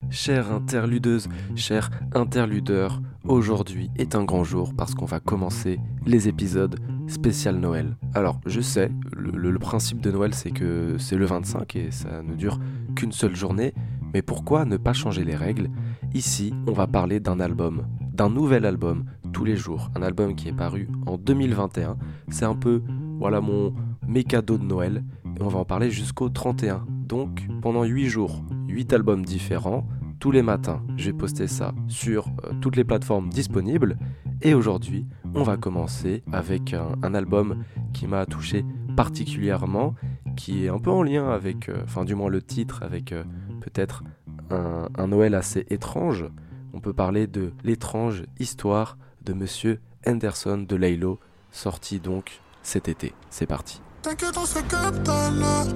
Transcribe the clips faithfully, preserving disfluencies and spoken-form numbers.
Chère interludeuse, cher interludeur, aujourd'hui est un grand jour parce qu'on va commencer les épisodes spécial Noël. Alors, je sais, le, le- le principe de Noël c'est que c'est le vingt-cinq et ça ne dure qu'une seule journée, mais pourquoi ne pas changer les règles? Ici, on va parler d'un album, d'un nouvel album, tous les jours. Un album qui est paru en deux mille vingt et un. C'est un peu, voilà, mon mes cadeaux de Noël. Et on va en parler jusqu'au trente et un. Donc, pendant huit jours, huit albums différents. Tous les matins, je vais poster ça sur euh, toutes les plateformes disponibles. Et aujourd'hui, on va commencer avec un, un album qui m'a touché particulièrement, qui est un peu en lien avec, euh, enfin du moins le titre, avec euh, peut-être un, un Noël assez étrange. On peut parler de l'étrange histoire de Monsieur Henderson de Laylo, sorti donc cet été. C'est parti. T'inquiète, on se capte tout à l'heure.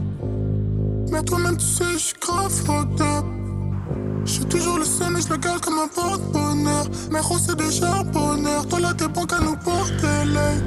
Mais toi-même, tu sais, je suis grave fucked up. Je suis toujours le seul, mais je le garde comme un porte-bonheur. Mais gros, c'est déjà bonheur. Toi, là, t'es bon qu'à nous porter l'œil.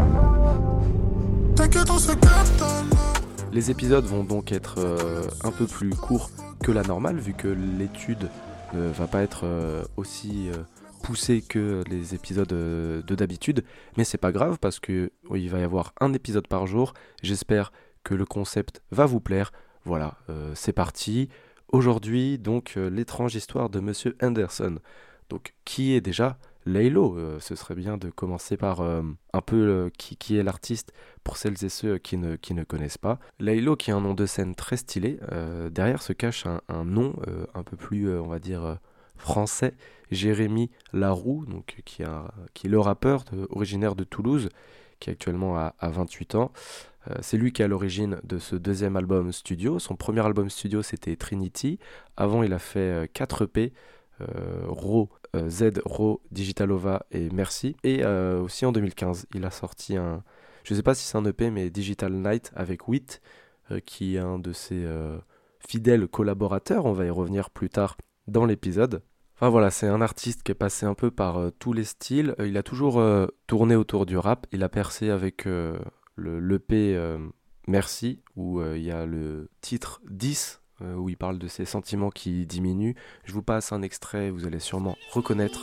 T'inquiète, on se capte tout à l'heure. Les épisodes vont donc être euh, un peu plus courts que la normale, vu que l'étude ne va pas être euh, aussi euh, poussée que les épisodes euh, de d'habitude. Mais c'est pas grave parce que oui, il va y avoir un épisode par jour. J'espère que le concept va vous plaire. Voilà, euh, c'est parti. Aujourd'hui, donc, euh, l'étrange histoire de Monsieur Henderson. Donc, qui est déjà Laylo? Euh, Ce serait bien de commencer par euh, un peu euh, qui, qui est l'artiste pour celles et ceux qui ne, qui ne connaissent pas. Laylo, qui est un nom de scène très stylé, euh, derrière se cache un, un nom euh, un peu plus, euh, on va dire, euh, français, Jérémy Laroux, donc, qui, a, qui est le rappeur de- originaire de Toulouse, qui actuellement a, a vingt-huit ans. Euh, c'est lui qui est à l'origine de ce deuxième album studio. Son premier album studio, c'était Trinity. Avant, il a fait euh, quatre E P, euh, Raw, euh, Z, Raw, Digitalova et Merci. Et euh, aussi en deux mille quinze, il a sorti un, je ne sais pas si c'est un E P, mais Digital Night avec Wit, euh, qui est un de ses euh, fidèles collaborateurs. On va y revenir plus tard dans l'épisode. Enfin voilà, c'est un artiste qui est passé un peu par euh, tous les styles. Euh, il a toujours euh, tourné autour du rap. Il a percé avec euh, le l'E P euh, Merci, où euh, il y a le titre dix, euh, où il parle de ses sentiments qui diminuent. Je vous passe un extrait, vous allez sûrement reconnaître.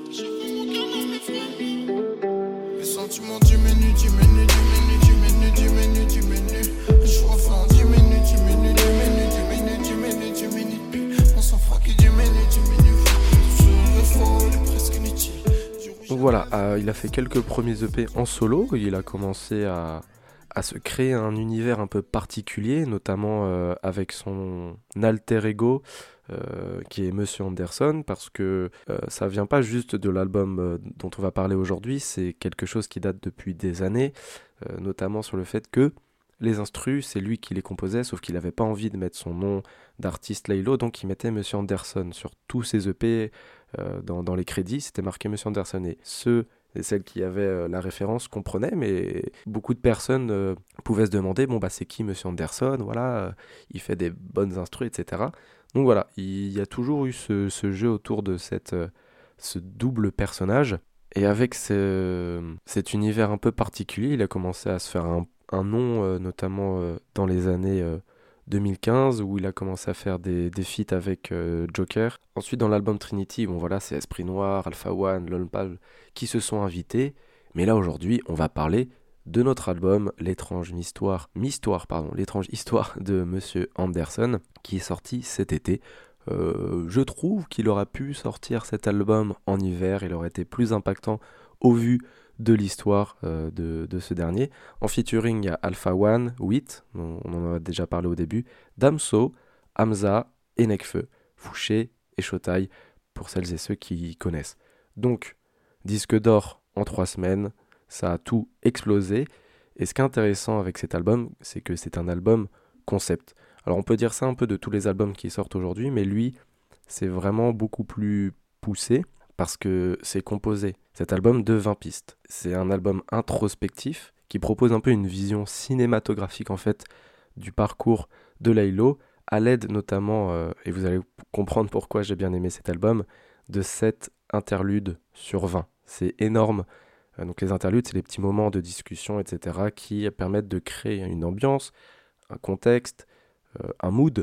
Les sentiments diminuent, diminuent, diminuent, diminuent, diminuent, diminuent. Je refais diminue, diminue, diminue, diminue, diminue, diminue. On s'en fera qui diminue, diminue. Tout ce faux, il est presque inutile. Donc voilà, euh, il a fait quelques premiers E P en solo. Il a commencé à, à se créer un univers un peu particulier, notamment euh, avec son alter ego euh, qui est Monsieur Anderson, parce que euh, ça vient pas juste de l'album euh, dont on va parler aujourd'hui, c'est quelque chose qui date depuis des années, euh, notamment sur le fait que les instrus, c'est lui qui les composait, sauf qu'il n'avait pas envie de mettre son nom d'artiste Laylo, donc il mettait Monsieur Anderson sur tous ses E P. Euh, dans, dans les crédits, c'était marqué Monsieur Anderson. Et ceux et celles qui avaient euh, la référence comprenaient, mais beaucoup de personnes euh, pouvaient se demander, bon bah c'est qui Monsieur Anderson, voilà, euh, il fait des bonnes instrus, et cetera. Donc voilà, il y a toujours eu ce, ce jeu autour de cette, euh, ce double personnage. Et avec ce, cet univers un peu particulier, il a commencé à se faire un, un nom, euh, notamment euh, dans les années euh, deux mille quinze, où il a commencé à faire des, des feats avec euh, Joker. Ensuite, dans l'album Trinity, bon voilà, c'est Esprit Noir, Alpha One, Lone Palm qui se sont invités. Mais là, aujourd'hui, on va parler de notre album, L'étrange histoire, Mistoire, pardon, L'étrange histoire de Monsieur Anderson, qui est sorti cet été. Euh, je trouve qu'il aurait pu sortir cet album en hiver, il aurait été plus impactant au vu de l'histoire euh, de, de ce dernier. En featuring, il y a Alpha One, Wit, on en a déjà parlé au début, Damso, Hamza et Nekfeu, Fouché et Shotai, pour celles et ceux qui connaissent. Donc, disque d'or en trois semaines, ça a tout explosé. Et ce qui est intéressant avec cet album, c'est que c'est un album concept. Alors on peut dire ça un peu de tous les albums qui sortent aujourd'hui, mais lui, c'est vraiment beaucoup plus poussé parce que c'est composé, cet album, de vingt pistes. C'est un album introspectif qui propose un peu une vision cinématographique en fait du parcours de Laylo, à l'aide notamment, euh, et vous allez comprendre pourquoi j'ai bien aimé cet album, de sept interludes sur vingt. C'est énorme. Euh, donc les interludes, c'est les petits moments de discussion, et cetera, qui permettent de créer une ambiance, un contexte, euh, un mood,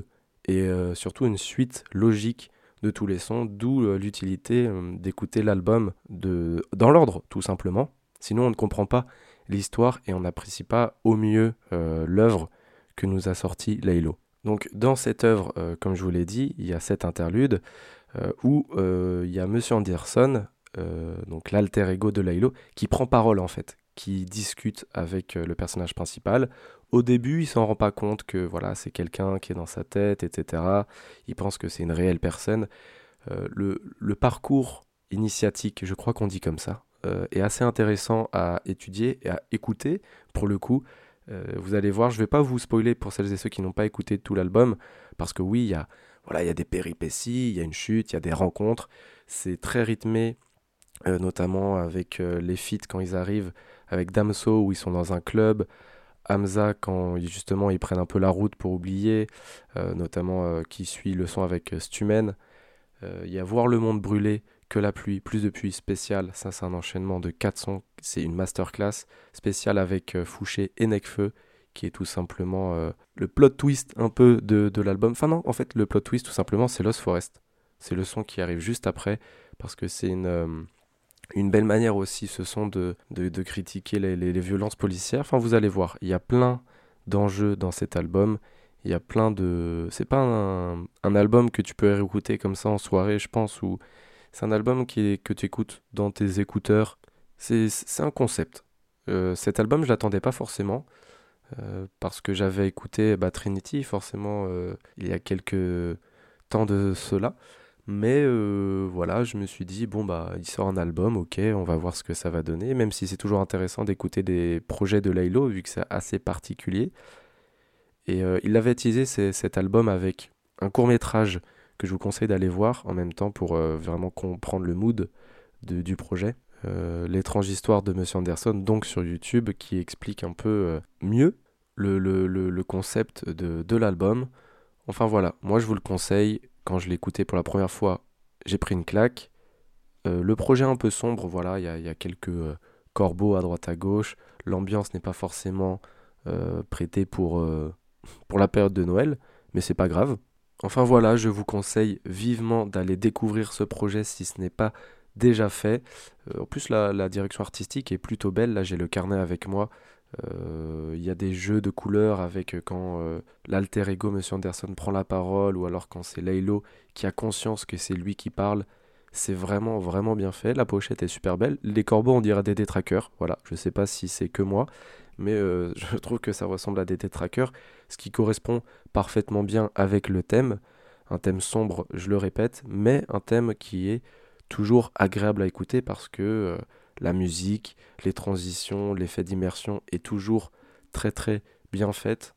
et euh, surtout une suite logique de tous les sons, d'où euh, l'utilité euh, d'écouter l'album de... dans l'ordre, tout simplement. Sinon, on ne comprend pas l'histoire et on n'apprécie pas au mieux euh, l'œuvre que nous a sorti Laylo. Donc, dans cette œuvre, euh, comme je vous l'ai dit, il y a cet interlude euh, où euh, il y a Monsieur Anderson, euh, donc l'alter ego de Laylo, qui prend parole en fait, qui discute avec euh, le personnage principal. Au début, il s'en rend pas compte que voilà, c'est quelqu'un qui est dans sa tête, et cetera. Il pense que c'est une réelle personne. Euh, le, le parcours initiatique, je crois qu'on dit comme ça, euh, est assez intéressant à étudier et à écouter. Pour le coup, euh, vous allez voir, je ne vais pas vous spoiler pour celles et ceux qui n'ont pas écouté tout l'album, parce que oui, il y a, voilà, il y a des péripéties, il y a une chute, il y a des rencontres. C'est très rythmé, euh, notamment avec euh, les feats quand ils arrivent, avec Damso où ils sont dans un club, Hamza quand justement ils prennent un peu la route pour oublier, euh, notamment euh, qui suit le son avec euh, Stumen. Euh, Il y a Voir le monde brûler, Que la pluie, Plus de pluie spécial, ça c'est un enchaînement de quatre sons, c'est une masterclass spéciale avec euh, Fouché et Nekfeu, qui est tout simplement euh, le plot twist un peu de, de l'album. Enfin non, en fait le plot twist tout simplement c'est Lost Forest. C'est le son qui arrive juste après, parce que c'est une... Euh, Une belle manière aussi, ce son de, de, de critiquer les, les, les violences policières. Enfin, vous allez voir, il y a plein d'enjeux dans cet album. Il y a plein de... C'est pas un, un album que tu peux réécouter comme ça en soirée, je pense, ou c'est un album qui est, que tu écoutes dans tes écouteurs. C'est, c'est un concept. Euh, cet album, je l'attendais pas forcément, euh, parce que j'avais écouté bah, Trinity, forcément, euh, il y a quelques temps de cela. Mais euh, voilà, je me suis dit, bon, bah, il sort un album, ok, on va voir ce que ça va donner, même si c'est toujours intéressant d'écouter des projets de Laylo, vu que c'est assez particulier. Et euh, il avait teasé c- cet album avec un court-métrage que je vous conseille d'aller voir en même temps pour euh, vraiment comprendre le mood de- du projet. Euh, L'étrange histoire de Monsieur Anderson, donc sur YouTube, qui explique un peu euh, mieux le, le, le, le concept de, de l'album. Enfin voilà, moi je vous le conseille. Quand je l'ai écouté pour la première fois, j'ai pris une claque. Euh, le projet est un peu sombre, voilà, il y, y a quelques euh, corbeaux à droite à gauche. L'ambiance n'est pas forcément euh, prêtée pour, euh, pour la période de Noël, mais c'est pas grave. Enfin voilà, je vous conseille vivement d'aller découvrir ce projet si ce n'est pas déjà fait. Euh, en plus, la, la direction artistique est plutôt belle. Là, j'ai le carnet avec moi. Euh, Il y a des jeux de couleurs avec euh, quand euh, l'alter ego Monsieur Anderson prend la parole, ou alors quand c'est Laylo qui a conscience que c'est lui qui parle. C'est vraiment vraiment bien fait. La pochette est super belle. Les corbeaux, on dirait des détraqueurs. Voilà, je sais pas si c'est que moi, mais euh, je trouve que ça ressemble à des détraqueurs, ce qui correspond parfaitement bien avec le thème. Un thème sombre, je le répète, mais un thème qui est toujours agréable à écouter parce que euh, la musique, les transitions, l'effet d'immersion est toujours très très bien faite.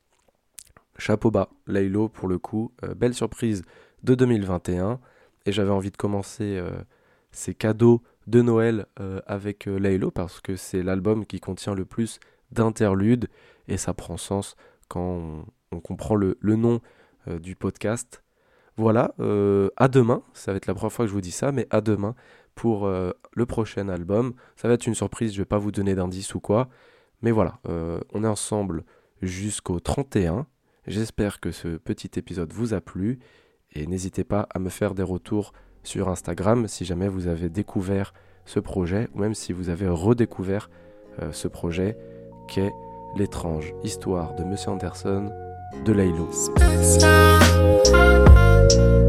Chapeau bas, Laylo pour le coup, euh, belle surprise de deux mille vingt et un. Et j'avais envie de commencer euh, ces cadeaux de Noël euh, avec euh, Laylo parce que c'est l'album qui contient le plus d'interludes et ça prend sens quand on, on comprend le, le nom euh, du podcast. Voilà, euh, à demain, ça va être la première fois que je vous dis ça, mais à demain pour euh, le prochain album. Ça va être une surprise, je vais pas vous donner d'indice ou quoi, mais voilà, euh, on est ensemble jusqu'au trente et un. J'espère que ce petit épisode vous a plu et n'hésitez pas à me faire des retours sur Instagram si jamais vous avez découvert ce projet ou même si vous avez redécouvert euh, ce projet qu'est l'étrange histoire de Monsieur Anderson de Laylo. Spécial.